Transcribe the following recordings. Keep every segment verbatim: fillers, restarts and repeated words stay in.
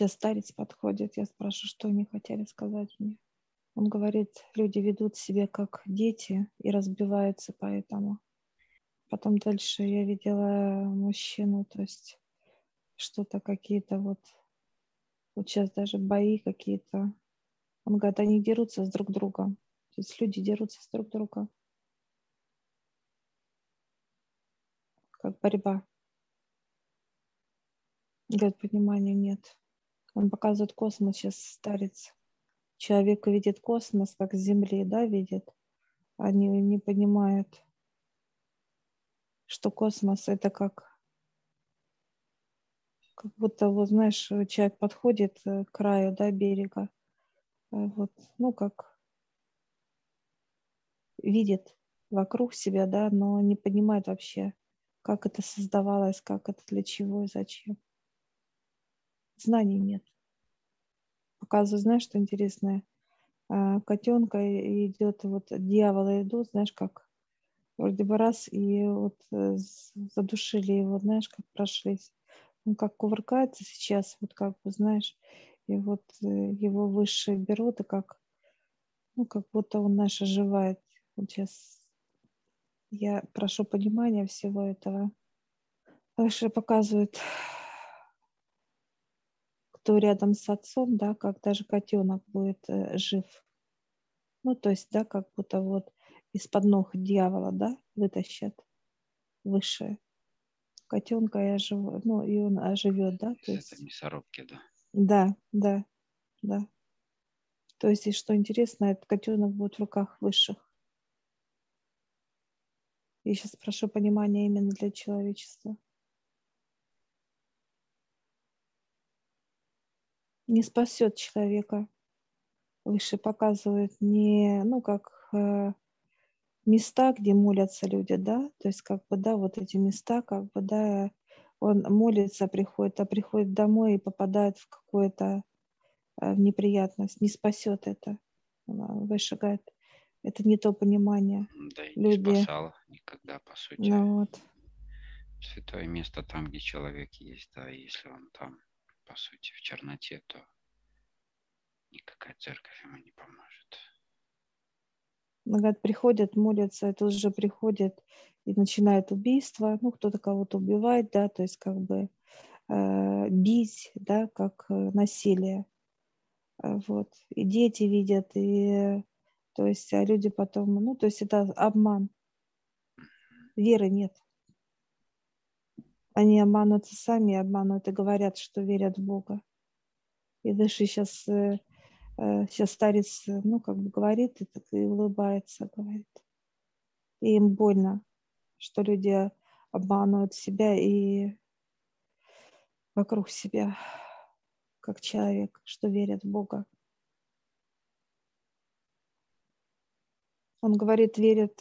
сейчас старец подходит, я спрашиваю, что они хотели сказать мне. Он говорит, люди ведут себя как дети и разбиваются поэтому. Потом дальше я видела мужчину, то есть что-то какие-то вот, вот сейчас даже бои какие-то. Он говорит, они дерутся с друг другом. То есть люди дерутся с друг другом. Как борьба. Говорит, понимания нет. Он показывает космос, сейчас старец. Человек видит космос, как с Земли, да, видит. Они не понимают, что космос это как, как будто, вот знаешь, человек подходит к краю, да, берега, вот, ну, как видит вокруг себя, да, но не понимает вообще, как это создавалось, как это, для чего и зачем. Знаний нет. Показываю, знаешь, что интересное? Котенка идет, вот дьяволы идут, знаешь, как вроде бы раз, и вот задушили его, знаешь, как прошлись. Он как кувыркается сейчас, вот как бы, знаешь, и вот его выше берут, и как, ну, как будто он наш оживает. Вот сейчас я прошу понимания всего этого. Дальше показывают, кто рядом с отцом, да, как даже котенок будет э, жив. Ну, то есть, да, как будто вот из-под ног дьявола, да, вытащат выше котенка и оживет, ну, и он оживет, да, то есть. Это мясорубки, да. Да, да, да. То есть, и что интересно, этот котенок будет в руках высших. Я сейчас прошу понимания именно для человечества. Не спасет человека. Выше показывают не, ну, как э, места, где молятся люди, да, то есть, как бы, да, вот эти места, как бы, да, он молится, приходит, а приходит домой и попадает в какую-то э, в неприятность. Не спасет это. Выше говорит, это не то понимание. Да и не Люди, спасал никогда, по сути. ну вот. Святое место там, где человек есть, да, и если он там, по сути, в черноте, то никакая церковь ему не поможет. Говорят, приходят, молятся, и тут же приходят и начинают убийство. Ну, кто-то кого-то убивает, да, то есть как бы э, бить, да, как э, насилие. Э, вот. И дети видят, и то есть, а люди потом, ну, то есть это обман. Веры нет. Они обманутся сами, обманут и говорят, что верят в Бога. И выше сейчас, э, э, сейчас старец, ну, как бы говорит и, так, и улыбается, говорит. И им больно, что люди обманывают себя и вокруг себя, как человек, что верят в Бога. Он говорит, верит,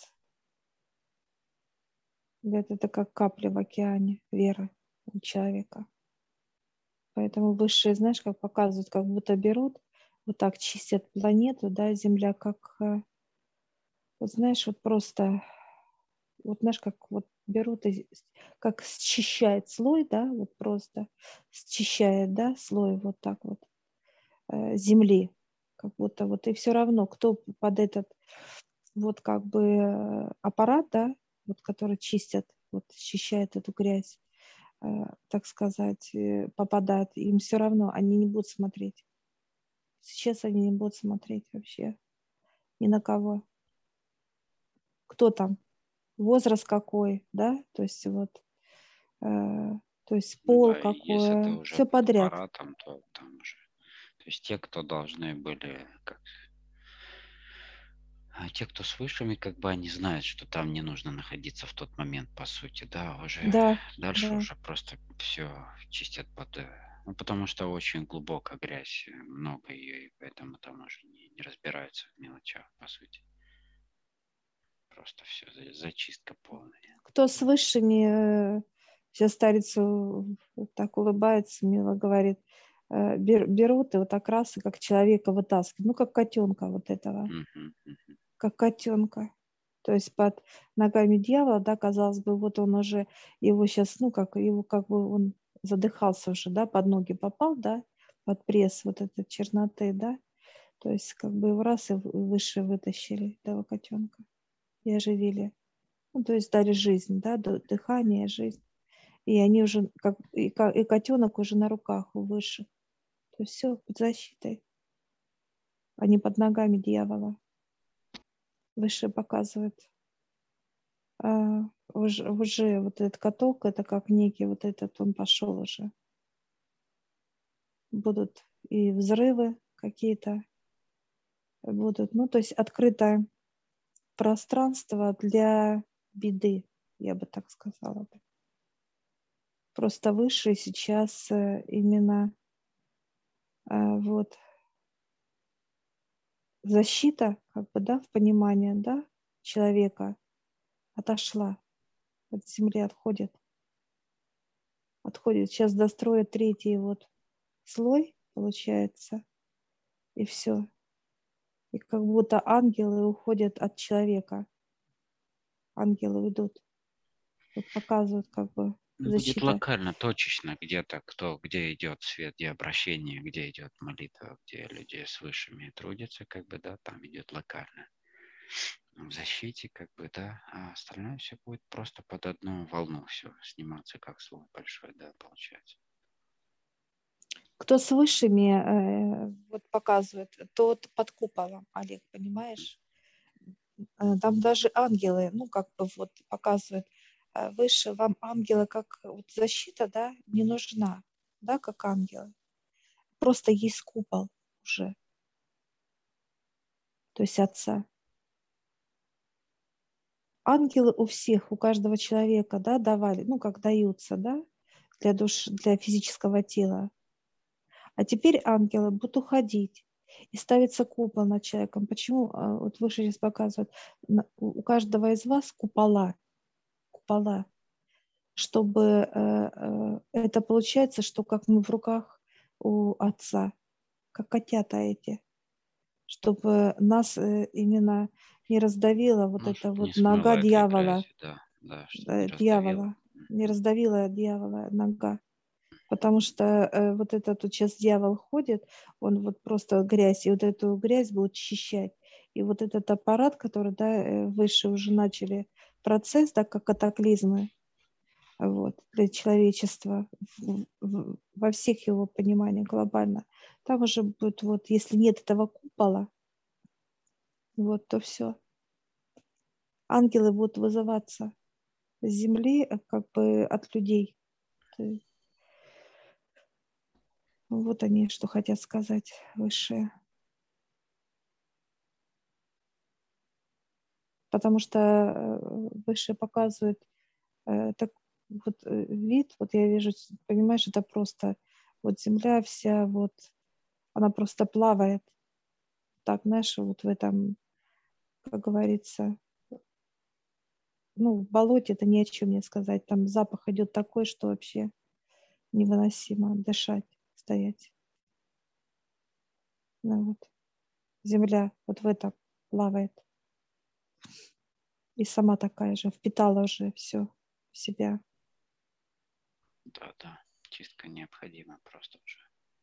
говорит, это как капля в океане, вера у человека. Поэтому высшие, знаешь, как показывают, как будто берут, вот так чистят планету, да, Земля, как, вот знаешь, вот просто, вот знаешь, как вот берут и как счищает слой, да, вот просто счищает, да, слой вот так вот э, земли, как будто вот, и все равно, кто под этот вот как бы аппарат, да, вот который чистят, вот счищает эту грязь, э, так сказать, э, попадает, им все равно, они не будут смотреть. Сейчас они не будут смотреть вообще ни на кого. Кто там, возраст какой, да, то есть вот, э, то есть Ну пол да, и если ты какой, уже все под подряд. аппаратом, то там уже... То есть те, кто должны были... Как... А те, кто с высшими, как бы они знают, что там не нужно находиться в тот момент, по сути, да, уже Да, дальше да. уже просто все чистят под... Ну, потому что очень глубокая грязь, много ее, и поэтому там уже не, не разбираются в мелочах, по сути. Просто все, зачистка полная. Кто с высшими, э, сейчас старец вот так улыбается, мило говорит, э, бер- берут и вот так раз, и как человека вытаскивают, ну, как котенка вот этого, Мгм, мгм. как котенка. То есть под ногами дьявола, да, казалось бы, вот он уже, его сейчас, ну, как его, как бы он задыхался уже, да, под ноги попал, да, под пресс вот этой черноты, да, то есть как бы его раз и выше вытащили этого котенка и оживили. Ну, то есть дали жизнь, да, дыхание, жизнь. И они уже, как и, и котенок уже на руках у высших. То есть все под защитой, а не под ногами дьявола. Выше показывает. А уже, уже вот этот каток, это как некий вот этот, он пошел уже. Будут и взрывы какие-то, будут, ну, то есть открытое пространство для беды, я бы так сказала. Просто выше сейчас именно вот защита, как бы, да, в понимании, да, человека отошла, от земли отходит. Отходит. Сейчас достроят третий вот слой, получается, и все. И как будто ангелы уходят от человека. Ангелы уйдут. Вот показывают как бы Будет защита. локально, точечно, где-то, кто, где идет свет, где обращение, где идет молитва, где люди с высшими трудятся, как бы, да, там идет локально. В защите, как бы, да, а остальное все будет просто под одну волну все сниматься, как слой большой, да, получается. Кто с высшими э, вот показывает, тот под куполом, Олег, понимаешь? Там даже ангелы, ну, как бы вот показывают, выше вам ангелы как вот защита, да, не нужна, да, как ангелы. Просто есть купол уже, то есть Отца. Ангелы у всех, у каждого человека, да, давали, ну, как даются, да, для души, для физического тела. А теперь ангелы будут уходить, и ставится купол над человеком. Почему? Вот выше здесь показывают, у каждого из вас купола, купола, чтобы это получается, что как мы в руках у Отца, как котята эти, чтобы нас именно не раздавила вот Ну, эта вот не нога этой дьявола, грязи, да, да, чтобы не дьявола, не раздавила дьявола нога. Потому что э, вот этот вот сейчас дьявол ходит, он вот просто грязь, и вот эту грязь будет очищать. И вот этот аппарат, который, да, выше уже начали процесс, да, как катаклизмы, вот, для человечества в, в, во всех его пониманиях глобально. Там уже будет, вот, если нет этого купола, вот, то все. Ангелы будут вызываться с земли, как бы от людей. Вот они, что хотят сказать высшие. Потому что высшие показывают э, так, вот, э, вид, вот я вижу, понимаешь, это просто вот земля вся, вот, она просто плавает. Так, знаешь, вот в этом, как говорится, ну, в болоте это ни о чем не сказать. Там запах идет такой, что вообще невыносимо дышать, стоять. Ну, вот. Земля вот в этом плавает. И сама такая же, впитала уже все в себя. Да, да, чистка необходима просто уже.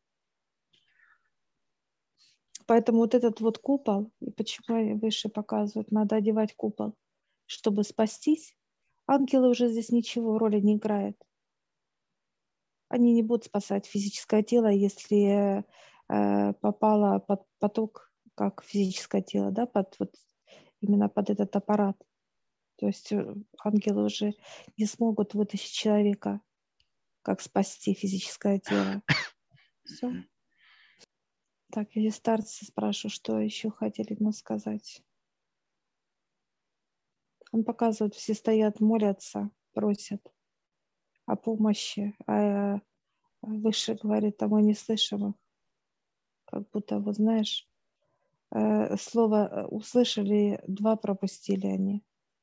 Поэтому вот этот вот купол, и почему выше показывают, надо одевать купол, чтобы спастись. Ангелы уже здесь ничего роли не играют. Они не будут спасать физическое тело, если э, попало под поток, как физическое тело, да, под вот именно под этот аппарат. То есть ангелы уже не смогут вытащить человека, как спасти физическое тело. Все. Так, я старца спрашиваю, что еще хотели нам сказать. Он показывает, все стоят, молятся, просят о помощи, а выше говорит, а мы не слышим их. Как будто, вот знаешь, слово услышали, два пропустили они.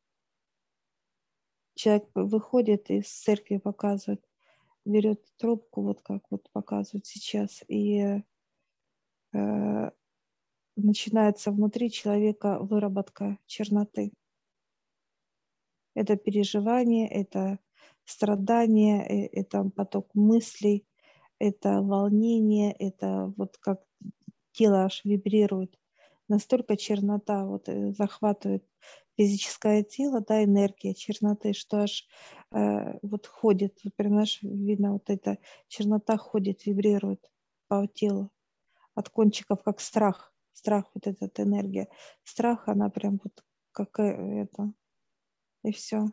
Человек выходит из церкви, показывает, берет трубку, вот как вот показывают сейчас, и э, начинается внутри человека выработка черноты. Это переживание, это страдание, это поток мыслей, это волнение, это вот как тело аж вибрирует. Настолько чернота вот э, захватывает физическое тело, да, энергия черноты, что аж э, вот ходит, вот прям, знаешь, видно, вот эта чернота ходит, вибрирует по телу от кончиков, как страх, страх, вот эта вот энергия. Страх, она прям вот как э, это, и все.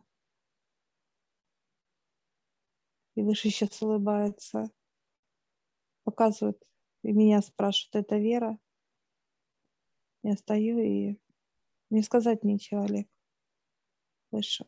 И выше сейчас улыбается, показывает, и меня спрашивают, это Вера? Я стою и не сказать ничего, Олег, выше.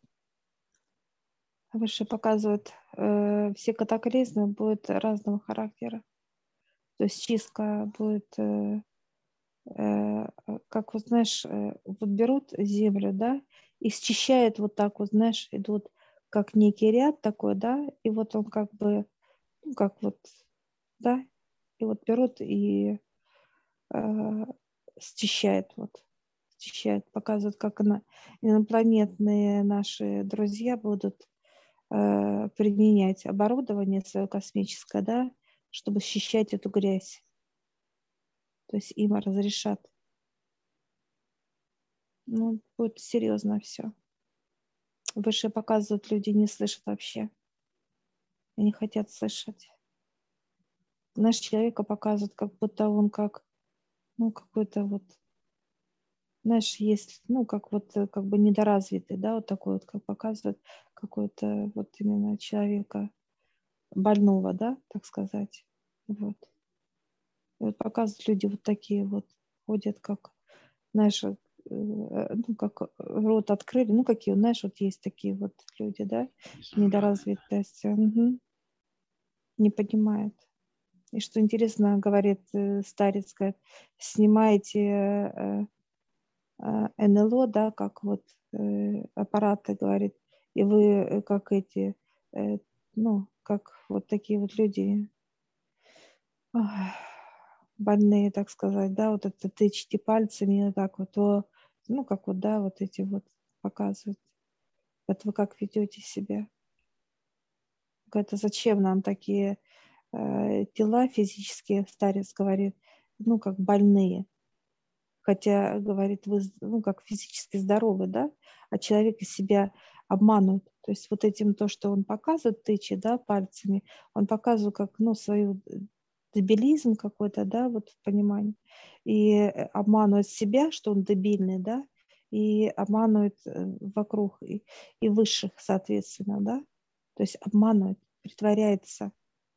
Выше показывают, э, все катаклизмы будут разного характера. То есть чистка будет, э, э, как вот, знаешь, э, вот берут землю, да, и счищают вот так вот, знаешь, идут как некий ряд такой, да, и вот он как бы, ну, как вот, да, и вот берут и э, счищают, вот, счищают, показывают, как она, инопланетные наши друзья будут э, применять оборудование свое космическое, да, чтобы счищать эту грязь. То есть им разрешат. Ну, будет серьезно все. Выше показывают, люди не слышат вообще. И не хотят слышать. Наш человека показывают, как будто он как, ну, какой-то вот, знаешь, есть, ну, как вот, э, как бы недоразвитый, да, вот такой вот, как показывают, какой-то вот именно человека больного, да, так сказать. Вот. И вот показывают люди вот такие вот, ходят как, знаешь, э, ну, как рот открыли, ну, какие, знаешь, вот есть такие вот люди, да, Изумленный, да. недоразвитость, угу, не понимает. И что интересно, говорит э, старец, говорит, снимаете э, э, эн эл о, да, как вот э, аппараты, говорит, и вы э, как эти, э, ну, как вот такие вот люди, ах, больные, так сказать, да, вот это тычите пальцами, вот так вот, о, ну, как вот, да, вот эти вот показывают. Вот вы как ведете себя? Это зачем нам такие э, тела физические, старец говорит, ну, как больные. Хотя, говорит, вы, ну, как физически здоровы, да, а человек из себя обманывает. То есть вот этим то, что он показывает, тычи, да, пальцами, он показывает как, ну, свою дебилизм какой-то, да, вот в понимании, и э, обманывает себя, что он дебильный, да, и обманывает э, вокруг и, и высших, соответственно, да, то есть обманывает, притворяется.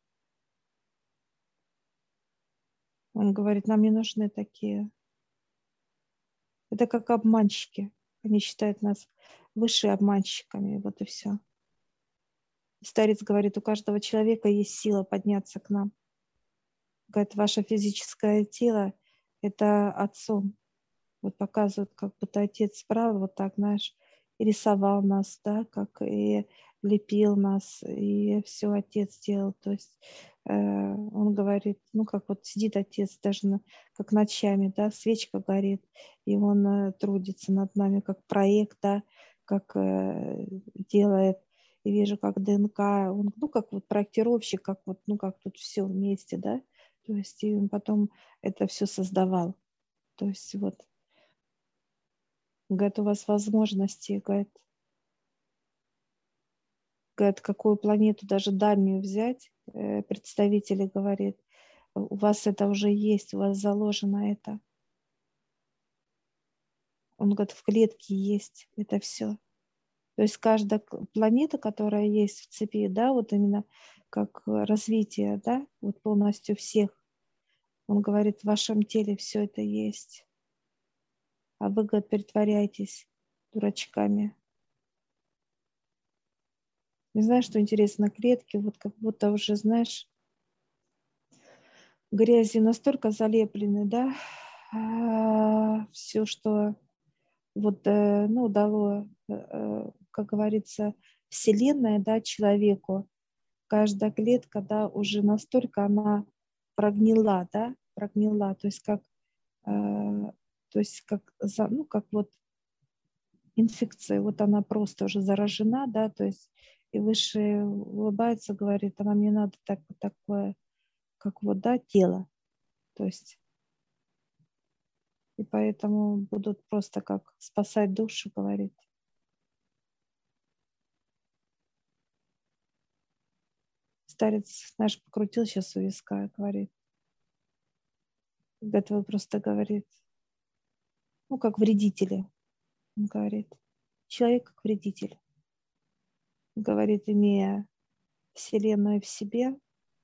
Он говорит, нам не нужны такие. Это как обманщики. Они считают нас выше обманщиками. Вот и все. Старец говорит, у каждого человека есть сила подняться к нам. Говорит, ваше физическое тело – это отцом. Вот показывают, как будто отец справа, вот так, знаешь, и рисовал нас, да, как и лепил нас, и все отец делал. То есть э, он говорит, ну, как вот сидит отец даже на, как ночами, да, свечка горит, и он э, трудится над нами, как проект, да, как э, делает. И вижу, как дэ эн ка, он, ну, как вот проектировщик, как вот, ну, как тут все вместе, да, то есть и он потом это все создавал. То есть вот, говорит, у вас возможности, говорит, говорит, какую планету даже дальнюю взять, э, представители, говорит, у вас это уже есть, у вас заложено это. Он говорит, в клетке есть это все. То есть каждая планета, которая есть в цепи, да, вот именно как развитие, да, вот полностью всех, он говорит, в вашем теле все это есть. А вы, говорит, притворяетесь дурачками. Не знаю, что интересно, клетки, вот как будто уже, знаешь, грязью настолько залеплены, да, все, что вот, э, ну, дало, э, как говорится, Вселенная, да, человеку, каждая клетка, да, уже настолько она прогнила, да, прогнила, то есть как, э, то есть как, за, ну, как вот инфекция, вот она просто уже заражена, да, то есть и выше улыбается, говорит, а нам не надо так, такое, как вот, да, тело. То есть, и поэтому будут просто как спасать душу, говорит. Старец наш покрутил сейчас у виска, говорит. Говорит, вы просто, говорит, ну, как вредители. Он говорит, человек как вредитель. Говорит, имея Вселенную в себе,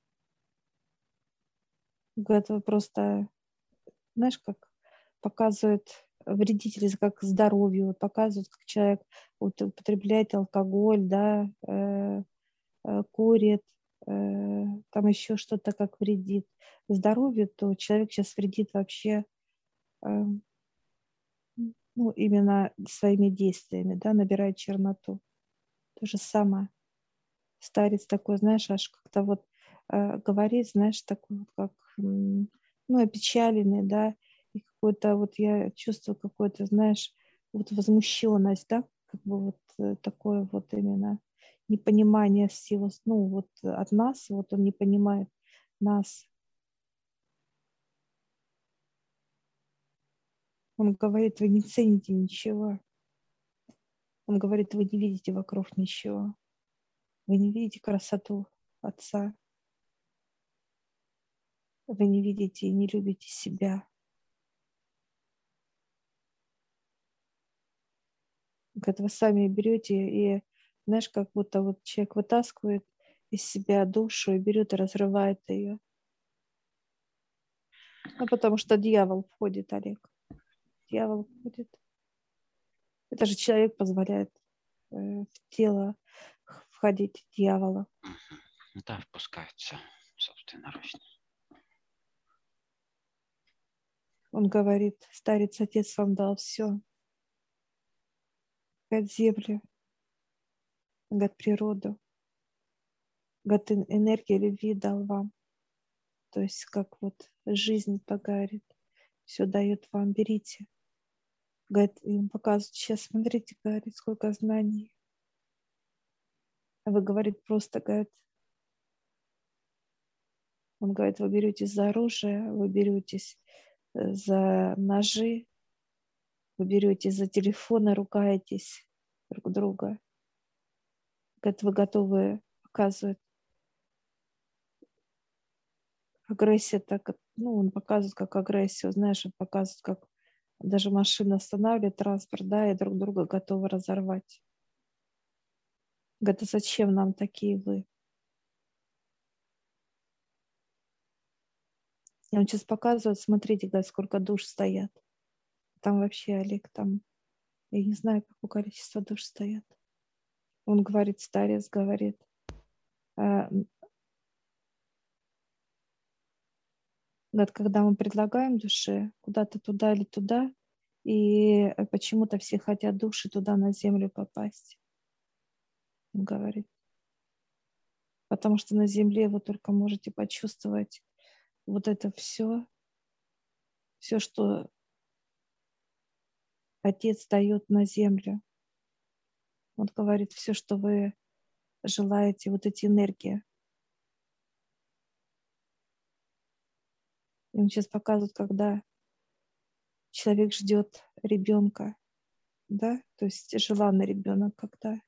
говорит, вы просто, знаешь, как показывает вредители, как здоровью, вот показывают, как человек вот, употребляет алкоголь, да, э, э, курит, э, там еще что-то как вредит здоровью, то человек сейчас вредит вообще, э, ну, именно своими действиями, да, набирает черноту. То же самое. Старец такой, знаешь, аж как-то вот э, говорит, знаешь, такой вот как, м, ну, опечаленный, да, и какой-то вот я чувствую какой-то, знаешь, вот возмущенность, да, как бы вот э, такое вот именно непонимание с его, ну, вот от нас, вот он не понимает нас. Он говорит, вы не цените ничего. Он говорит, вы не видите вокруг ничего. Вы не видите красоту Отца. Вы не видите и не любите себя. Когда вы сами берете и, знаешь, как будто вот человек вытаскивает из себя душу и берет и разрывает ее. Ну, потому что дьявол входит, Олег. Дьявол входит. Это же человек позволяет э, в тело входить дьявола. Угу. Да, впускается собственноручно. Он говорит, старец, отец вам дал все. Говорит, землю, говорит, природу, говорит, энергию любви дал вам. То есть как вот жизнь погарит, все дает вам, берите. Говорит, им показывают, сейчас смотрите, говорит, сколько знаний. А вы, говорит, просто, говорит, он говорит, вы беретесь за оружие, вы беретесь за ножи, вы беретесь за телефоны, ругаетесь друг друга. Говорит, вы готовы показывать агрессию, так, ну, он показывает, как агрессию, знаешь, он показывает, как даже машина останавливает транспорт, да, и друг друга готовы разорвать. Говорит, а зачем нам такие вы? И он сейчас показывает, смотрите, говорит, сколько душ стоят. Там вообще, Олег, там, я не знаю, какое количество душ стоят. Он говорит, старец говорит, а, говорит, когда мы предлагаем душе куда-то туда или туда, и почему-то все хотят души туда на землю попасть. Он говорит, потому что на земле вы только можете почувствовать вот это все, все, что Отец дает на землю. Он говорит, все, что вы желаете, вот эти энергии. И он сейчас показывает, когда человек ждет ребенка, да, то есть желанный ребенок, когда,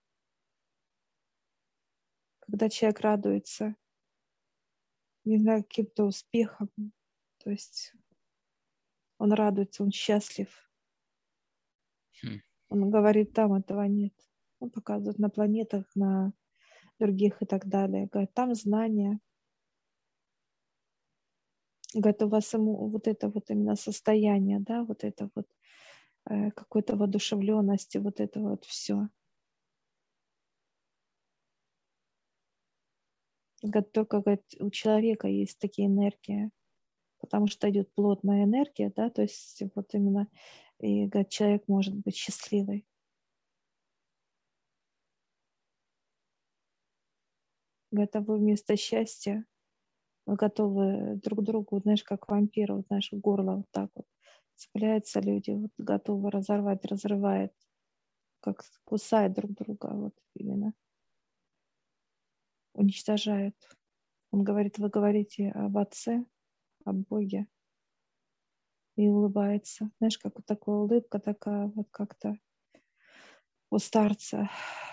когда человек радуется, не знаю, каким-то успехом, то есть он радуется, он счастлив. Хм. Он говорит, там этого нет. Он показывает на планетах, на других и так далее. Говорит, там знания. Говорит, у вас ему вот это вот именно состояние, да, вот это вот э, какой-то воодушевленности, вот это вот все. Говорит, только, говорит, у человека есть такие энергии, потому что идет плотная энергия, да, то есть вот именно, и, говорит, человек может быть счастливый. Говорит, а вы вместо счастья вы готовы друг другу, знаешь, как вампиры, вот, знаешь, в горло вот так вот цепляются люди, вот готовы разорвать, разрывает, как кусают друг друга, вот именно уничтожают. Он говорит, вы говорите об Отце, об Боге, и улыбается. Знаешь, как вот такая улыбка такая, вот как-то у старца.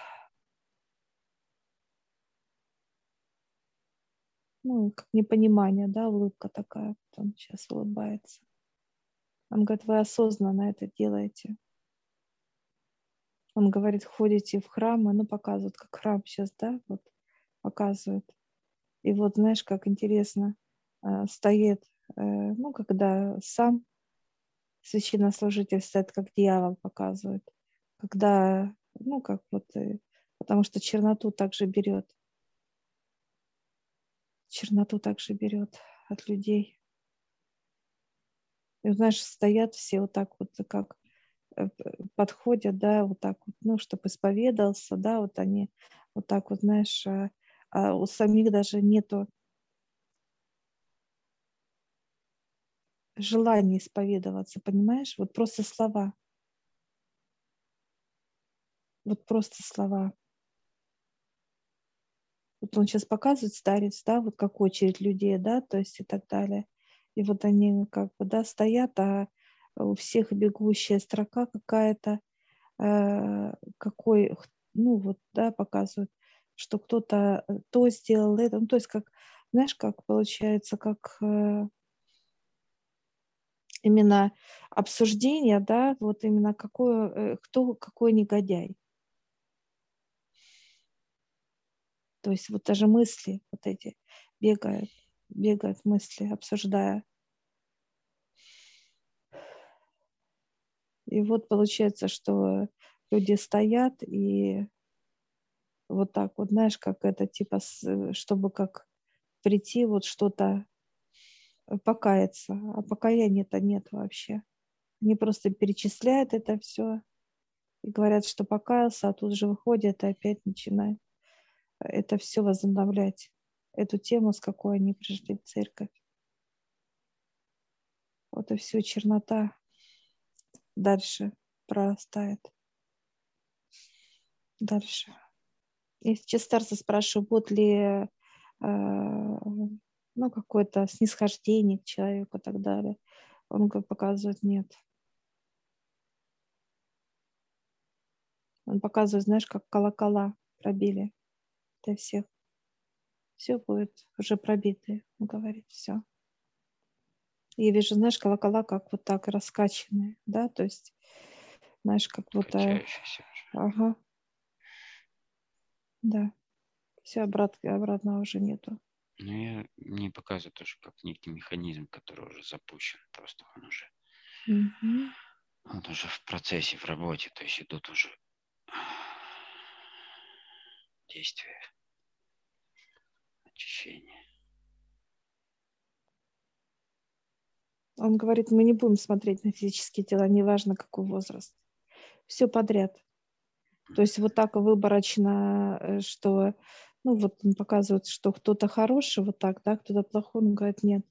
Ну, как непонимание, да, улыбка такая. Вот он сейчас улыбается. Он говорит, вы осознанно это делаете. Он говорит, ходите в храмы, ну, показывают, как храм сейчас, да, вот показывают. И вот, знаешь, как интересно, э, стоит, э, ну, когда сам священнослужитель стоит, как дьявол показывает, когда, ну, как вот, э, потому что черноту также берет, черноту также берет от людей. И, знаешь, стоят все вот так вот, как э, п- подходят, да, вот так вот, ну, чтобы исповедался, да, вот они вот так вот, знаешь, а, а у самих даже нету желания исповедоваться, понимаешь? Вот просто слова, вот просто слова. Вот он сейчас показывает старец, да, вот как очередь людей, да, то есть и так далее. И вот они как бы, да, стоят, а у всех бегущая строка какая-то, э, какой, х- ну вот, да, показывают, что кто-то э, то сделал, это, ну то есть как, знаешь, как получается, как э, именно обсуждение, да, вот именно какое, э, кто какой негодяй. То есть вот даже мысли вот эти бегают, бегают мысли, обсуждая. И вот получается, что люди стоят и вот так вот, знаешь, как это, типа, с- чтобы как прийти вот что-то э, покаяться, а покаяния-то нет вообще. Они просто перечисляют это все и говорят, что покаялся, а тут же выходят и опять начинают это все возобновлять, эту тему, с какой они пришли в церковь. Вот и все, чернота дальше прорастает, дальше. Если старца спрашиваю, будет ли э, ну, какое-то снисхождение к человеку и так далее, он как показывает нет. Он показывает, знаешь, как колокола пробили для всех. Все будет уже пробитые, он говорит, все. Я вижу, знаешь, колокола как вот так раскачанные, да, то есть, знаешь, как будто, Качающийся уже. ага, да, все обратно, обратно уже нету. Ну, я мне показывает тоже как некий механизм, который уже запущен. Просто он уже, Мгм. он уже в процессе, в работе. То есть идут уже действия, очищения. Он говорит, мы не будем смотреть на физические тела, неважно какой возраст. Все подряд. То есть вот так выборочно, э, что, ну вот он показывает, что кто-то хороший, вот так, да, кто-то плохой, он говорит, нет.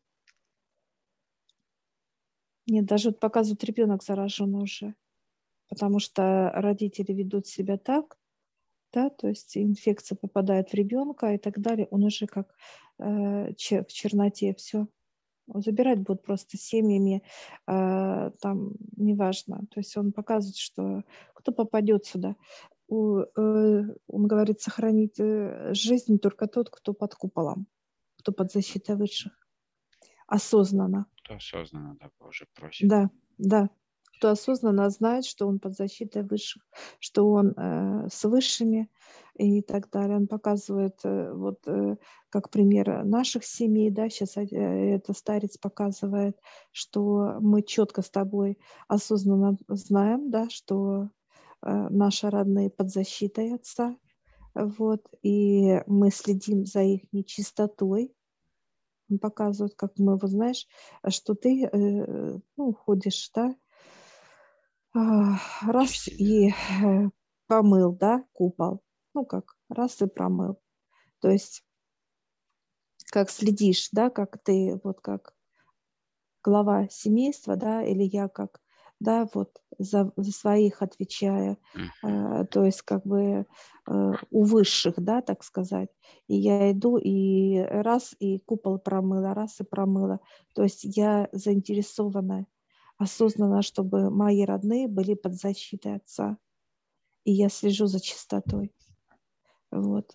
Нет, даже вот показывают ребенок зараженный уже, потому что родители ведут себя так, да, то есть инфекция попадает в ребенка и так далее, он уже как э, че- в черноте все. Забирать будут просто семьями, э, там, неважно. То есть он показывает, что кто попадет сюда. У, э, он говорит, сохранить э, жизнь только тот, кто под куполом, кто под защитой высших. Осознанно. Кто осознанно да, уже просит. Да, да. Кто осознанно знает, что он под защитой высших, что он э, с высшими и так далее. Он показывает, э, вот э, как пример наших семей, да, сейчас э, это старец показывает, что мы четко с тобой осознанно знаем, да, что э, наши родные под защитой отца, вот, и мы следим за их нечистотой. Он показывает, как мы, вот знаешь, что ты, э, ну, ходишь, да, а, раз Очистить, да. и э, помыл, да, купол. Ну, как, раз и промыл. То есть, как следишь, да, как ты, вот как глава семейства, да, или я как да, вот за, за своих отвечаю, Мгм. э, то есть как бы э, у высших, да, так сказать. И я иду и раз, и купол промыла, раз и промыла. То есть я заинтересована осознанно, чтобы мои родные были под защитой отца. И я слежу за чистотой. Вот.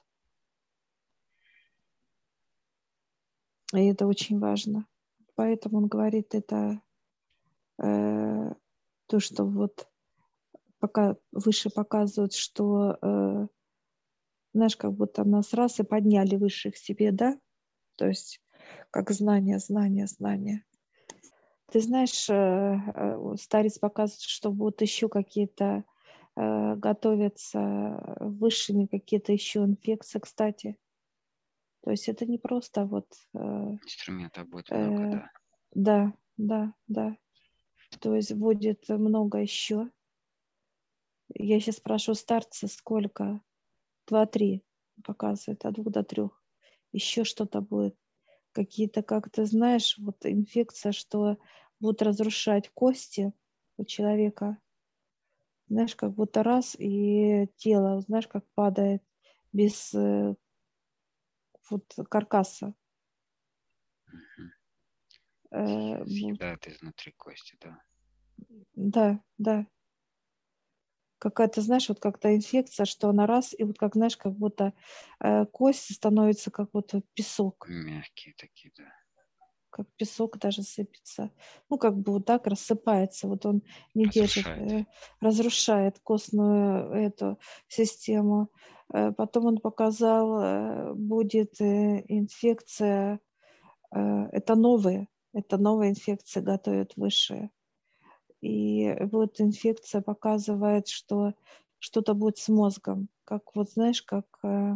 И это очень важно. Поэтому он говорит, это э, то, что вот пока выше показывают, что, э, знаешь, как будто нас раз и подняли выше к себе, да? То есть как знание, знание, знание. Ты знаешь, э, э, старец показывает, что вот еще какие-то э, готовятся высшими какие-то еще инфекции, кстати. То есть это не просто вот... э, Инструментов будет много, э, да. да, да, да. То есть будет много еще. Я сейчас спрашиваю старца, сколько? Два-три показывает, от двух до трех. Еще что-то будет. Какие-то, как ты знаешь, вот инфекция, что будут разрушать кости у человека. Знаешь, как будто раз, и тело, знаешь, как падает без э, вот каркаса. Мгм. Э, бу- Съедает изнутри кости, да. да, да. Какая-то, знаешь, вот как-то инфекция, что она раз, и вот как, знаешь, как будто э, кость становится как вот песок. Мягкие такие, да. Как песок даже сыпется. Ну, как бы вот так рассыпается. Вот он не держит, Разрушает. э, разрушает костную эту систему. Э, Потом он показал, э, будет э, инфекция, э, это новые, это новая инфекция готовят высшие. И вот инфекция показывает, что что-то будет с мозгом. Как вот, знаешь, как... э,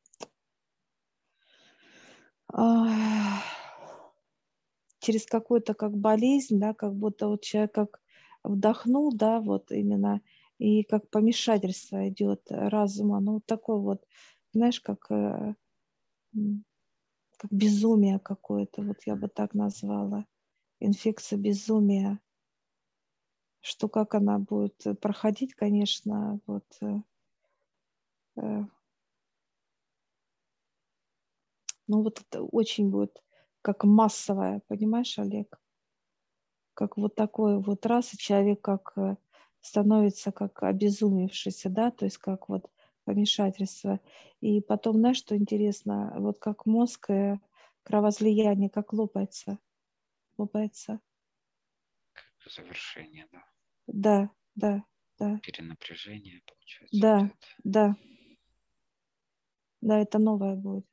ах, через какую-то как болезнь, да, как будто вот человек как вдохнул, да, вот именно, и как помешательство идет разума, ну, вот такой вот, знаешь, как, э, м, как безумие какое-то, вот я бы так назвала, инфекция безумия, что как она будет э, проходить, конечно, вот, э, э, ну, вот это очень будет как массовая, понимаешь, Олег? Как вот такой вот раз, и человек как э, становится как обезумевшийся, да, то есть как вот помешательство. И потом, знаешь, что интересно, вот как мозг, э, кровоизлияние, как лопается, лопается. Завершение, да. Да, да, да, Перенапряжение, получается, да, идет. да, да, это новое будет.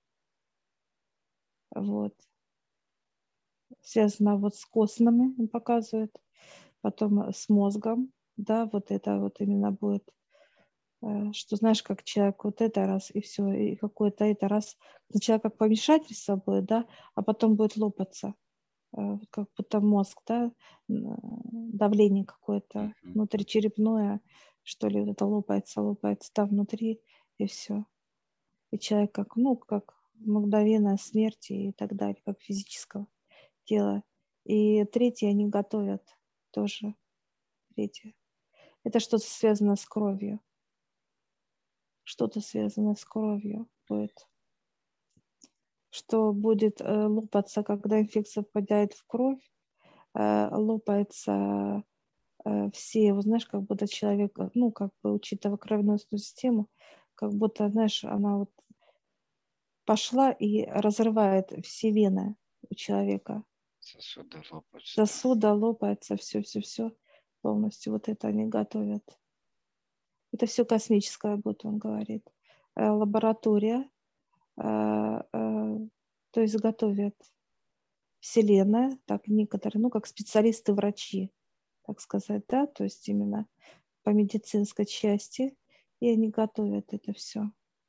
Вот. Связано вот с костными, он показывает, потом с мозгом, да, вот это вот именно будет. Э, что знаешь, как человек вот это раз, и все, и какое-то это раз. Сначала как помешательство будет, да, а потом будет лопаться, э, вот как будто мозг, да, н- давление какое-то Мгм. внутричерепное, что ли, вот это лопается, лопается там внутри, и все. И человек как, ну, как мгновенная смерть и так далее, как физического тела. И третье они готовят тоже, третье. Это что-то связано с кровью, что-то связано с кровью будет. Что будет э, лопаться, когда инфекция попадает в кровь, э, лопается э, все, вот знаешь, как будто человек, э, ну, как бы учитывая кровяную систему, как будто, знаешь, она вот пошла и разрывает все вены у человека. Сосуды лопаются, да. Сосуда лопается, все-все-все полностью. Вот это они готовят. Это все космическое будет, он говорит. Э, лаборатория, э, э, то есть готовят Вселенная, так некоторые, ну, как специалисты-врачи, так сказать, да, то есть именно по медицинской части, и они готовят это все.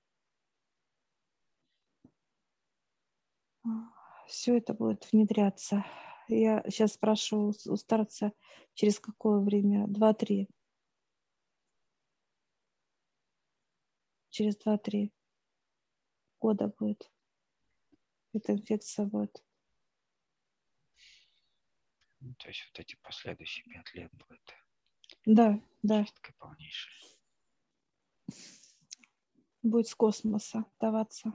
Все это будет внедряться. Я сейчас спрашиваю у старца, через какое время? Два-три. Через два-три года будет. Эта инфекция будет. Ну, то есть вот эти последующие пять лет будет Да, да. чисткой полнейшей. Будет с космоса даваться.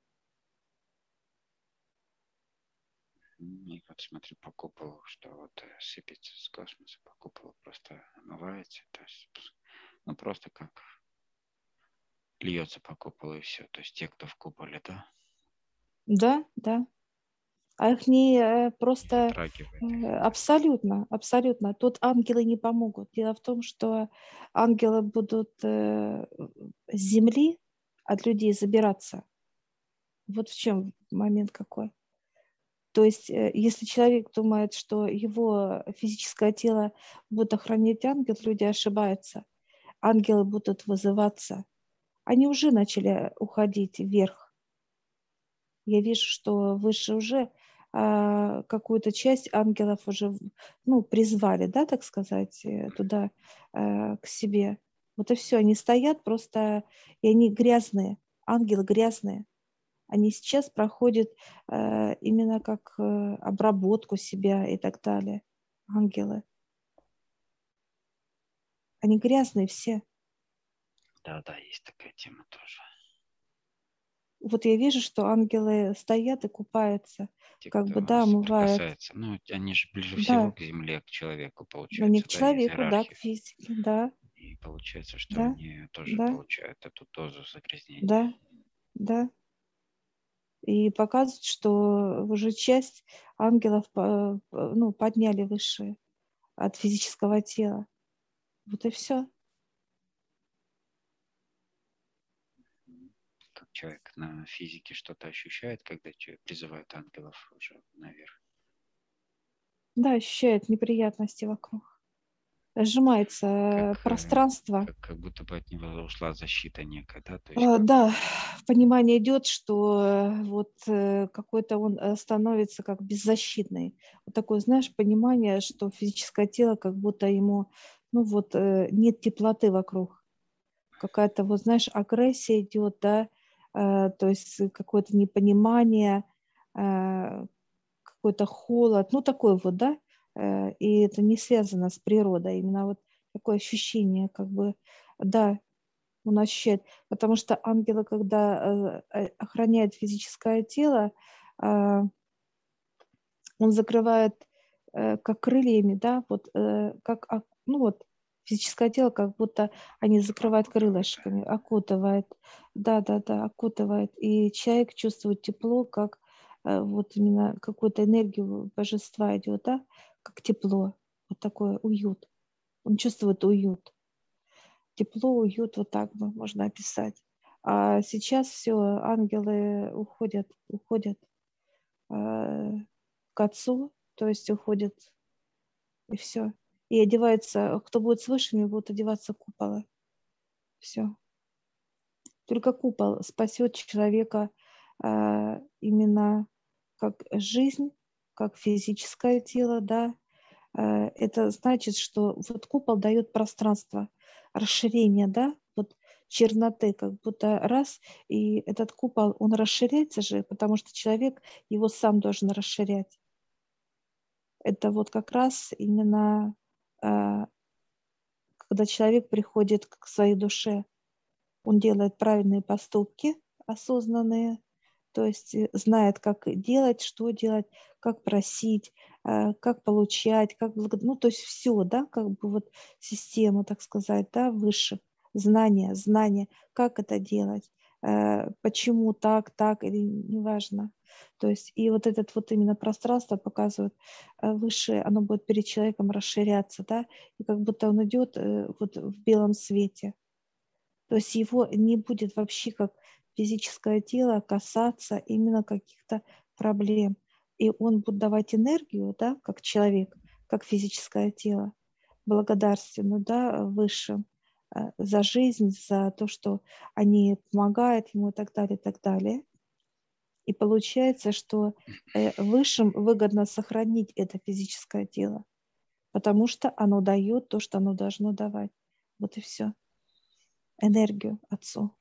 И вот смотрю по куполу, что вот сыпется с космоса, по куполу просто омывается. То есть, ну, просто как льется по куполу и все. То есть те, кто в куполе, да, Да, да. А их не э, не просто затрагивает э, их это. абсолютно, абсолютно. Тут ангелы не помогут. Дело в том, что ангелы будут э, с земли от людей забираться. Вот в чем момент какой. То есть, э, если человек думает, что его физическое тело будет охранять ангел, люди ошибаются. Ангелы будут вызываться. Они уже начали уходить вверх. Я вижу, что выше уже а, какую-то часть ангелов уже ну, призвали, да, так сказать, э, туда а, к себе. Вот и все. Они стоят просто, и они грязные. Ангелы грязные. Они сейчас проходят э, именно как э, обработку себя и так далее. Ангелы. Они грязные все. Да, да, есть такая тема тоже. Вот я вижу, что ангелы стоят и купаются, Те, как бы, кто да, омывают. соприкасается, ну, они же ближе всего Да, к земле, к человеку, но не получается, к да, из человеку, да, к иерархии. физике, да, И получается, что да, они тоже да, получают эту дозу загрязнения. да, да. И показывают, что уже часть ангелов по- по- ну, подняли выше от физического тела. Вот и все. Как человек на физике что-то ощущает, когда человек призывает ангелов уже наверх. Да, ощущают неприятности вокруг. Сжимается Как, э, пространство. как, как будто бы от него ушла защита некая, да? То есть А, как Да, понимание идет, что э, вот э, какой-то он э, становится как беззащитный. Вот такое, знаешь, понимание, что физическое тело, как будто ему, ну вот, э, нет теплоты вокруг. Какая-то, вот, знаешь, агрессия идет, да, э, то есть какое-то непонимание, э, какой-то холод, ну такой вот, да, э, и это не связано с природой, именно вот такое ощущение, как бы, да, он ощущает, потому что ангелы, когда э, э, охраняют физическое тело, а, он закрывает э, как крыльями, да, вот э, как, ок- ну вот физическое тело, как будто они закрывают окутывает, да. крылышками, окутывает, да, да, да, окутывает, и человек чувствует тепло, как э, вот именно какую-то энергию божества идет, да, как тепло, вот такой уют, он чувствует уют. Тепло, уют, вот так бы можно описать. А сейчас все, ангелы уходят, уходят э, к Отцу, то есть уходят, и все. И одевается, кто будет с высшими, будут одеваться куполы. Все. Только купол спасет человека э, именно как жизнь, как физическое тело, да. Э, это значит, что вот купол дает пространство, расширение, да, вот черноты, как будто раз, и этот купол, он расширяется же, потому что человек его сам должен расширять. Это вот как раз именно э, когда человек приходит к своей душе, он делает правильные поступки, осознанные, то есть э, знает, как делать, что делать, как просить, э, как получать, как благодарить, ну, то есть все, да, как бы вот система, так сказать, да, выше, знания, знания, как это делать, э, почему так, так или неважно. То есть и вот этот вот именно пространство показывает э, выше, оно будет перед человеком расширяться, да, и как будто он идет э, вот в белом свете. То есть его не будет вообще как физическое тело касаться именно каких-то проблем. И он будет давать энергию, да, как человек, как физическое тело, благодарственную, да, высшим э, за жизнь, за то, что они помогают ему и так далее, и так далее. И получается, что э, высшим выгодно сохранить это физическое тело, потому что оно дает то, что оно должно давать. Вот и все. Энергию Отцу.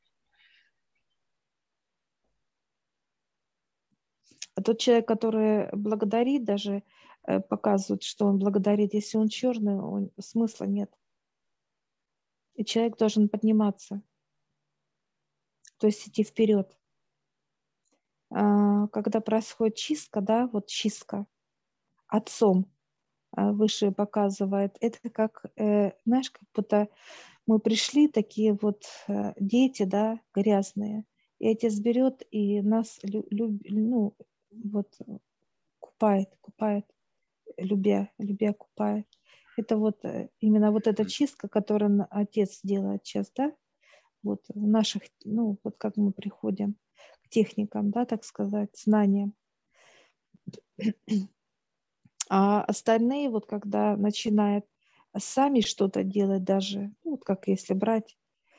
А тот человек, который благодарит даже, э, показывают, что он благодарит. Если он черный, он, смысла нет. И человек должен подниматься, то есть идти вперед. А, когда происходит чистка, да, вот чистка отцом, а, Высшее показывает, это как, э, знаешь, как будто мы пришли такие вот э, дети, да, грязные, и отец берет и нас лю- люб- ну, вот э, купает, купает, любя, любя купает. Это вот э, именно вот эта М, чистка, которую на- отец делает сейчас, да, вот в наших, ну, вот как мы приходим к техникам, да, так сказать, знаниям. А остальные, вот когда начинают сами что-то делать даже, ну, вот как если брать,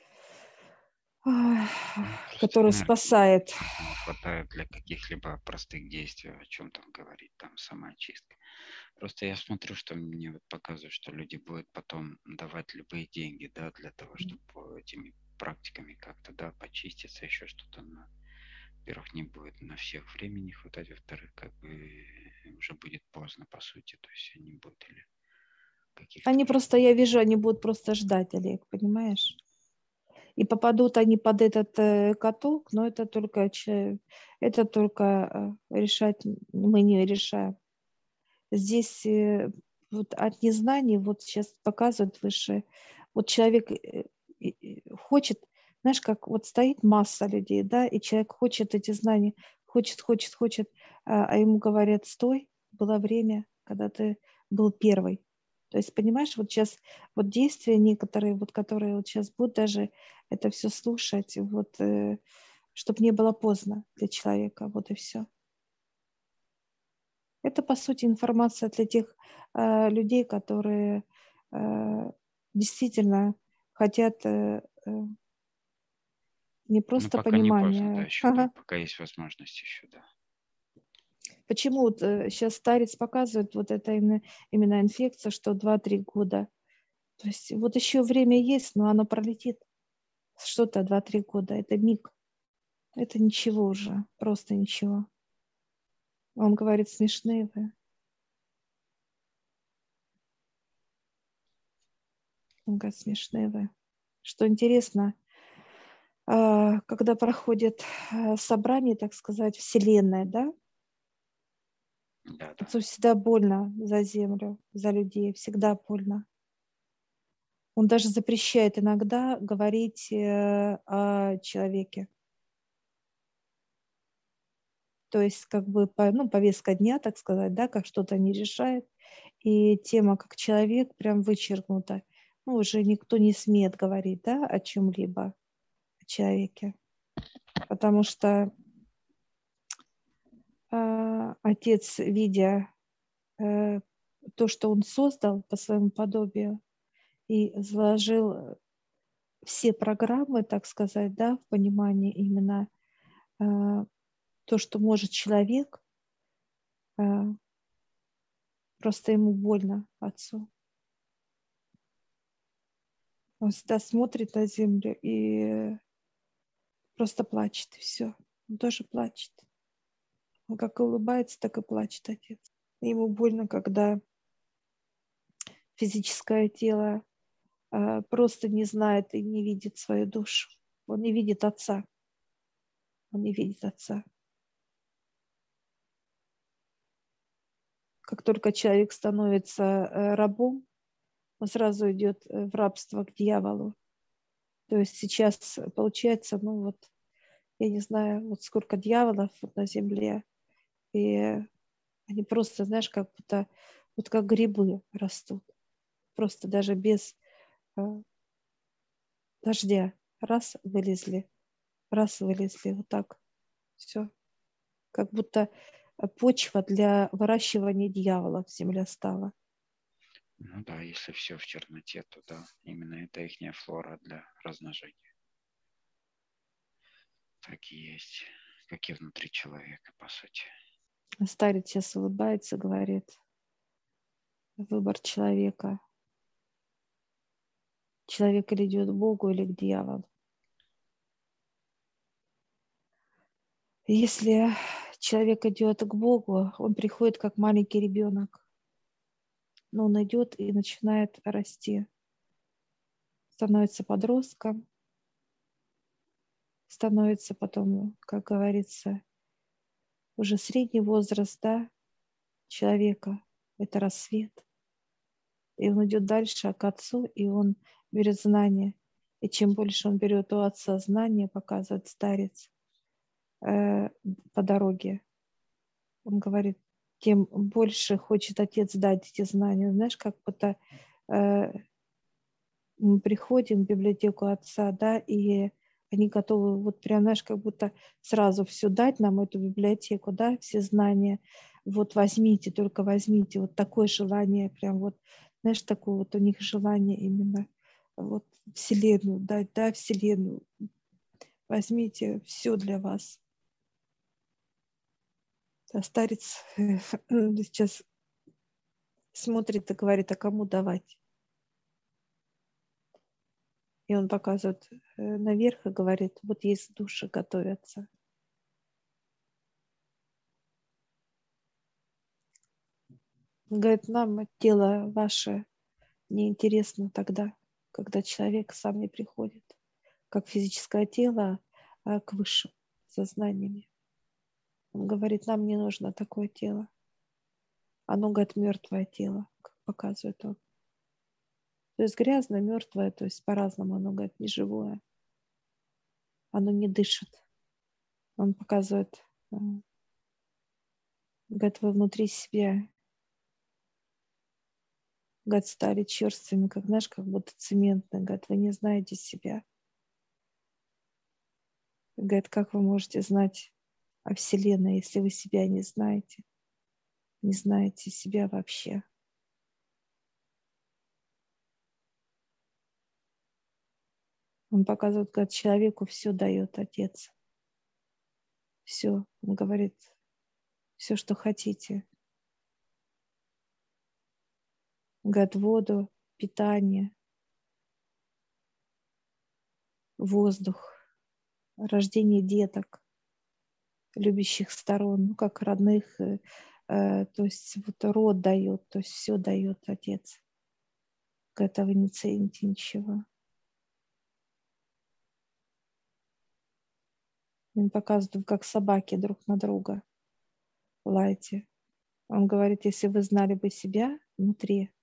ах, ну, просто который энергии спасает. не хватает для каких-либо простых действий, о чем там говорить, там самоочистка. Просто я смотрю, что мне вот показывают, что люди будут потом давать любые деньги, да, для того, чтобы этими практиками как-то, да, почиститься, еще что-то. На, во-первых, не будет на всех времени хватать, во-вторых, как бы уже будет поздно, по сути, то есть они будут или каких-то Они уже... просто, я вижу, они будут просто ждать, Олег, понимаешь? И попадут они под этот э, каток, но это только, че- это только э, решать мы не решаем. Здесь э, вот от незнания, вот сейчас показывают выше, вот человек э, и- и хочет, знаешь, как вот стоит масса людей, да, и человек хочет эти знания, хочет, хочет, хочет, а, а ему говорят, стой, было время, когда ты был первый. То есть, понимаешь, вот сейчас вот действия некоторые, вот которые вот сейчас будут даже это все слушать, вот, чтобы не было поздно для человека, вот и все. Это, по сути, информация для тех э, людей, которые э, действительно хотят э, э, не Ну, просто пока не поздно, да, понимания. еще, да, пока есть возможность еще, да. Почему вот, э, сейчас старец показывает вот это именно, именно инфекция, что два-три года. То есть вот еще время есть, но оно пролетит. Что-то два-три года. Это миг. Это ничего уже. Просто ничего. Он говорит, смешные вы. Он говорит, смешные вы. Что интересно, а, когда проходит э, собрание, так сказать, Вселенной, да, Да, да. отцу всегда больно за землю, за людей, всегда больно. Он даже запрещает иногда говорить э, о человеке. То есть как бы по- ну, повестка дня, так сказать, да, как что-то не решает, и тема как человек прям вычеркнута. Ну, уже никто не смеет говорить, да, о чем-либо, о человеке, потому что э, отец, видя э, то, что он создал по своему подобию и заложил все программы, так сказать, да, в понимании именно э, то, что может человек, э, просто ему больно, отцу. Он всегда смотрит на землю и просто плачет, и все. Он тоже плачет. Он как улыбается, так и плачет отец. Ему больно, когда физическое тело э, просто не знает и не видит свою душу. Он не видит отца. Он не видит отца. Как только человек становится э, рабом, он сразу идет э, в рабство к дьяволу. То есть сейчас получается, ну вот, я не знаю, вот сколько дьяволов вот на земле, и они просто, знаешь, как будто, вот как грибы растут. Просто даже без э, дождя. Раз вылезли, раз вылезли, вот так. Все. Как будто э, почва для выращивания дьяволов земля стала. Ну да, если все в черноте, то да, именно это ихняя флора для размножения. Так и есть, как и внутри человека, по сути. Старец сейчас улыбается, говорит, выбор человека. Человек или идет к Богу, или к дьяволу. Если человек идет к Богу, он приходит как маленький ребенок. но он идет и начинает расти. Становится подростком, становится потом, как говорится, уже средний возраст, да, человека. Это рассвет. И он идет дальше к отцу, и он берет знания. И чем больше он берет у отца знания, показывает старец э, по дороге, он говорит, тем больше хочет отец дать эти знания. Знаешь, как будто э, мы приходим в библиотеку отца, да, и они готовы вот прям, знаешь, как будто сразу все дать нам, эту библиотеку, да, все знания. Вот возьмите, только возьмите. Вот такое желание, прям вот, знаешь, такое вот у них желание именно вот Вселенную дать, да, Вселенную. Возьмите все для вас. А старец э, сейчас смотрит и говорит, а кому давать? И он показывает э, наверх и говорит, вот есть души готовятся. Говорит, нам тело ваше неинтересно тогда, когда человек сам не приходит, как физическое тело, а к высшим сознаниями. Он говорит, нам не нужно такое тело. Оно, говорит, мертвое тело, как показывает он. То есть грязное, мертвое, то есть по-разному оно, говорит, не живое. Оно не дышит. Он показывает, э, говорит, вы внутри себя, говорит, стали черствыми, как, знаешь, как будто цементные. Говорит, вы не знаете себя. Говорит, как вы можете знать о Вселенной, если вы себя не знаете? Не знаете себя вообще. Он показывает, как человеку все дает Отец. Все. Он говорит, все, что хотите. Он говорит, воду, питание, воздух, рождение деток, любящих сторон, ну, как родных, э, э, то есть вот род дает, то есть все дает Отец. Говорит, а вы не цените ничего. Он показывает, как собаки друг на друга лаете. Он говорит, если вы знали бы себя внутри,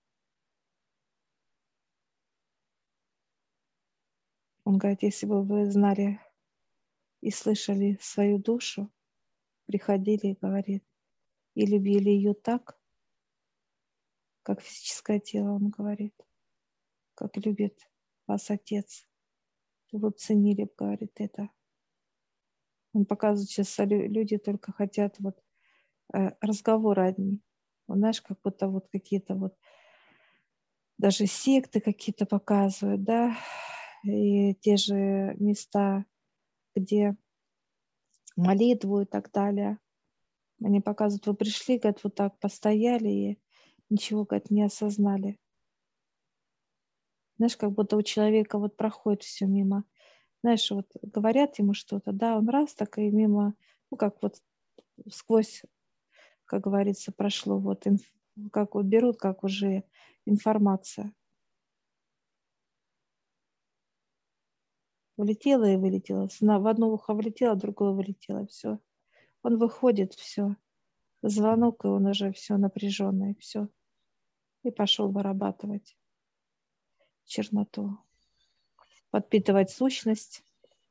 он говорит, если бы вы знали и слышали свою душу, приходили и говорит, и любили ее так, как физическое тело, он говорит, как любит вас Отец, то вы бы ценили, говорит, это. Он показывает, сейчас люди только хотят вот э, разговоры одни. Вот, знаешь, как будто вот какие-то вот даже секты какие-то показывают, да, и те же места, где молитву и так далее. Они показывают, вы пришли, говорят, вот так постояли и ничего, говорят, не осознали. Знаешь, как будто у человека вот проходит все мимо. Знаешь, вот говорят ему что-то, да, он раз так и мимо, ну, как вот сквозь, как говорится, прошло, вот, инф, как вот берут, как уже информация. Влетела и вылетела. В одно ухо влетело, в другое вылетело, все. Он выходит, все. Звонок, и он уже все напряженный, все. И пошел вырабатывать черноту. Подпитывать сущность.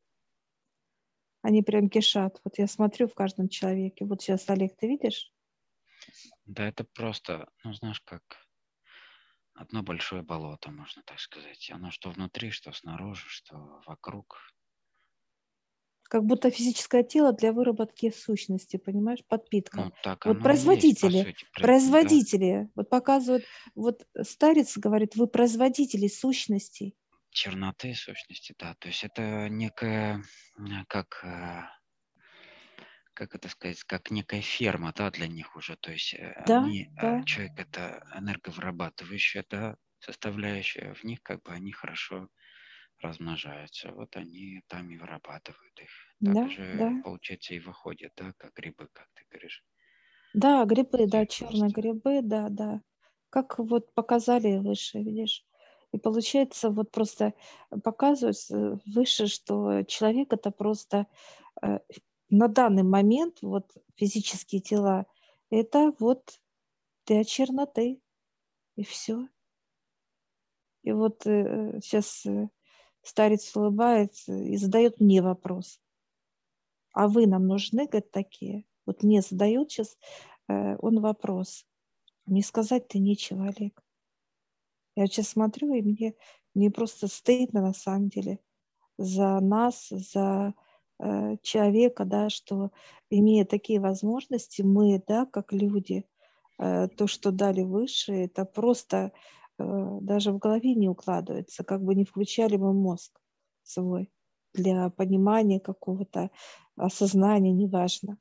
Они прям кишат. Вот я смотрю в каждом человеке. Вот сейчас, Олег, ты видишь? Да, это просто, ну, знаешь, как одно большое болото, можно так сказать. Оно что внутри, что снаружи, что вокруг. Как будто физическое тело для выработки сущности, понимаешь, подпитка. Ну, так Вот оно и есть, по производители, сути. Про- Да, производители, вот показывают, вот старец говорит, вы производители сущностей. черноты сущности, да. То есть это некая, м, как, э, как это сказать, как некая ферма, да, для них уже. То есть э, Да, они, э, да, человек это энерговырабатывающая, да, составляющая в них, как бы они хорошо размножаются. Вот они там и вырабатывают их. Так да, да. же, получается, и выходят, да, как грибы, как ты говоришь, Да, грибы, из да, их черные уст. грибы, да, да. Как вот показали выше, видишь? И получается, вот просто показывают э, выше, что человек это просто э, на данный момент, вот физические тела, это вот ты от черноты, и все. И вот э, сейчас э, старец улыбается и задает мне вопрос. А вы нам нужны, говорит, такие? Вот мне задают сейчас э, он вопрос. Мне сказать-то нечего, Олег. Я сейчас смотрю, и мне, мне просто стыдно на самом деле за нас, за э, человека, да, что имея такие возможности, мы, да, как люди, э, то, что дали выше, это просто э, даже в голове не укладывается, как бы не включали мы мозг свой для понимания какого-то осознания, неважно.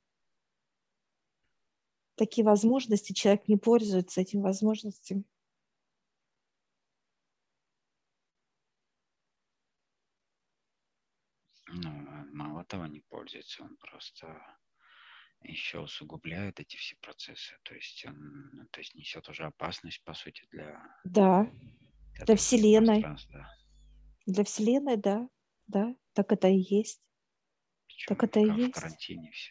Такие возможности, человек не пользуется этими возможностями. Ну, мало того, не пользуется, он просто еще усугубляет эти все процессы. То есть он, ну, то есть несет уже опасность, по сути, для, Да, для для других Вселенной. пространств, да. Для Вселенной, да, да, так это и есть. Так Причем это и в в есть. карантине все.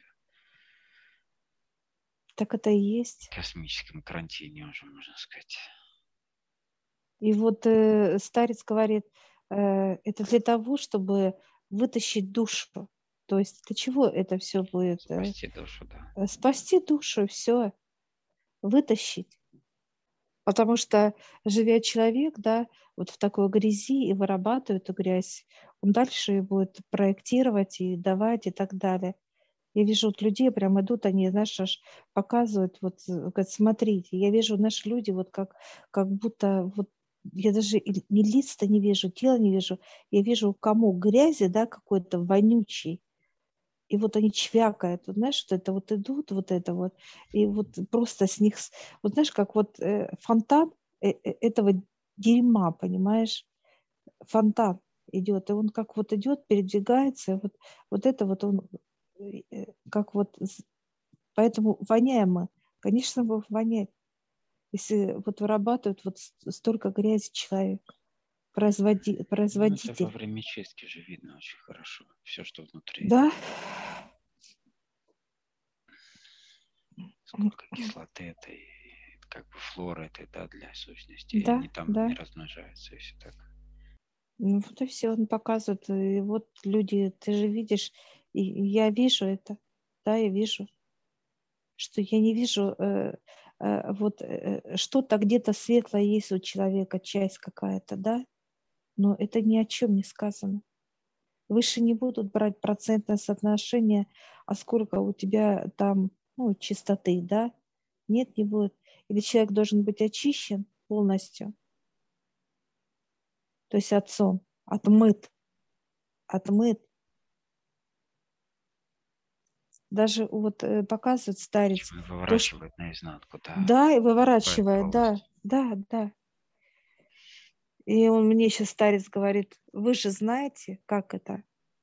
Так это и есть. В космическом карантине уже, можно сказать. И вот э, старец говорит, э, это для того, чтобы вытащить душу. То есть для чего это все будет? Э, Спасти душу, да. э, спасти душу, все, вытащить. Потому что, живя человек, да, вот в такой грязи и вырабатывает эту грязь, он дальше будет проектировать и давать и так далее. Я вижу вот людей, прям идут, они, знаешь, аж показывают, вот, э, говорят, смотрите, я вижу наши люди, вот как, как будто, вот, я даже и ни лица не вижу, тела не вижу, я вижу комок грязи, да, какой-то вонючий, и вот они чвякают, вот знаешь, что это вот идут, вот это вот, и вот просто с них, с- вот знаешь, как вот э, фонтан э, э, этого дерьма, понимаешь, фонтан идет, и он как вот идет, передвигается, и вот, вот это вот он э, э, как вот, з- поэтому воняем мы, конечно, мы вонять, если вот вырабатывают вот с- столько грязи человек, производи, Ну, это во производитель, время чистки же видно очень хорошо. Все, что внутри. да, Сколько кислоты этой, как бы флоры этой, да, для сущности. И да, они там да. не размножаются, если так. Ну, вот и все, он показывает. И вот люди, ты же видишь, и и я вижу это, да, я вижу, что я не вижу, э, э, вот э, э, что-то где-то светлое есть у человека, часть какая-то, да, но это ни о чем не сказано. Выше не будут брать процентное соотношение, а сколько у тебя там, ну, чистоты, да, нет, не будет. Или человек должен быть очищен полностью, то есть отцом, отмыт, отмыт. Даже вот э, показывает старец, Причем то, что выворачивают наизнанку, да. да, и Высыпает выворачивает, да, полностью. да, да. И он мне сейчас старец говорит, вы же знаете, как это?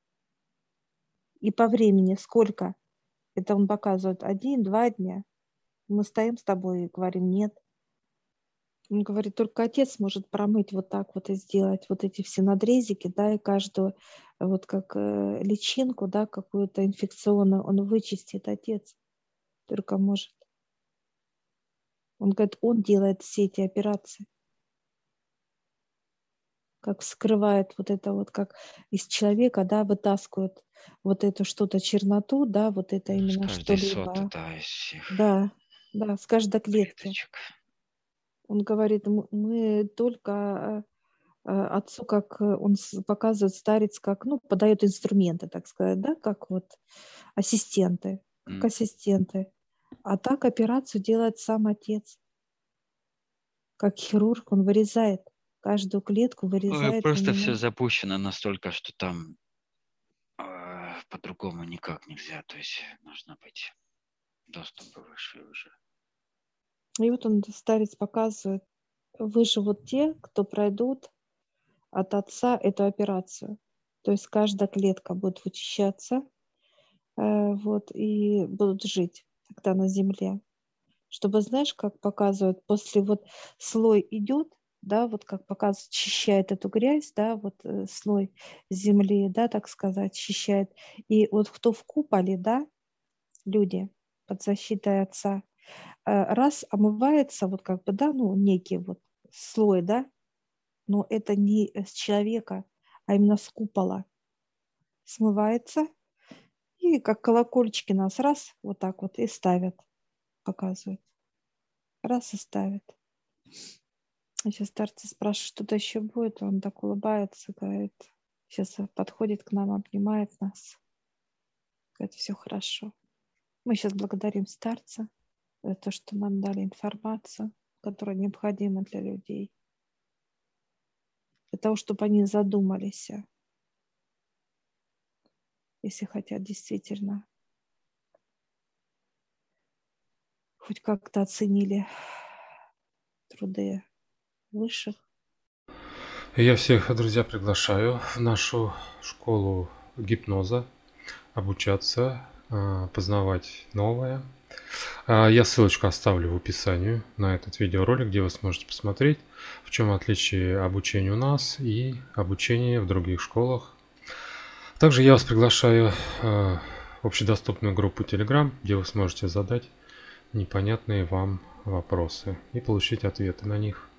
И по времени сколько? Это он показывает один, два дня. Мы стоим с тобой и говорим, нет. Он говорит, только отец может промыть вот так вот и сделать вот эти все надрезики, да, и каждую э, вот как э, личинку, да, какую-то инфекционную, он вычистит, отец только может. Он говорит, он делает все эти операции. Как вскрывает вот это вот, как из человека, да, вытаскивает вот эту что-то черноту, да, вот это Ну, с именно каждой соты, что-либо, да, из всех да, да, с каждой клетки. клеточек. Он говорит, «М- мы только э, э, отцу, как э, он с- показывает старец, как, ну, подает инструменты, так сказать, да, как вот ассистенты, как М. ассистенты. А так операцию делает сам отец, как хирург, он вырезает каждую клетку, Ой, вырезает просто все именно. запущено настолько, что там э, по-другому никак нельзя. То есть должно быть доступы выше уже. И вот он, старец, показывает, выживут те, кто пройдут от отца эту операцию. То есть каждая клетка будет вычищаться, э, вот, и будут жить тогда на земле. чтобы, знаешь, как показывают, после вот слой идет, да, вот как показывает, счищает эту грязь, да, вот э, слой земли, да, так сказать, счищает. И вот кто в куполе, да, люди под защитой Отца, э, раз омывается, вот как бы, да, ну, некий вот слой, да, но это не с человека, а именно с купола смывается, и как колокольчики нас раз вот так вот и ставят, показывают. Раз и ставят. А сейчас старцы спрашивают, что-то еще будет, он так улыбается, говорит, сейчас подходит к нам, обнимает нас, говорит, все хорошо. Мы сейчас благодарим старца за то, что нам дали информацию, которая необходима для людей, для того, чтобы они задумались, если хотят действительно, хоть как-то оценили труды высших. Я всех, друзья, приглашаю в нашу школу гипноза обучаться, а, познавать новое. А, Я ссылочку оставлю в описании на этот видеоролик, где вы сможете посмотреть, в чем отличие обучения у нас и обучения в других школах. Также я вас приглашаю а, в общедоступную группу Telegram, где вы сможете задать непонятные вам вопросы и получить ответы на них.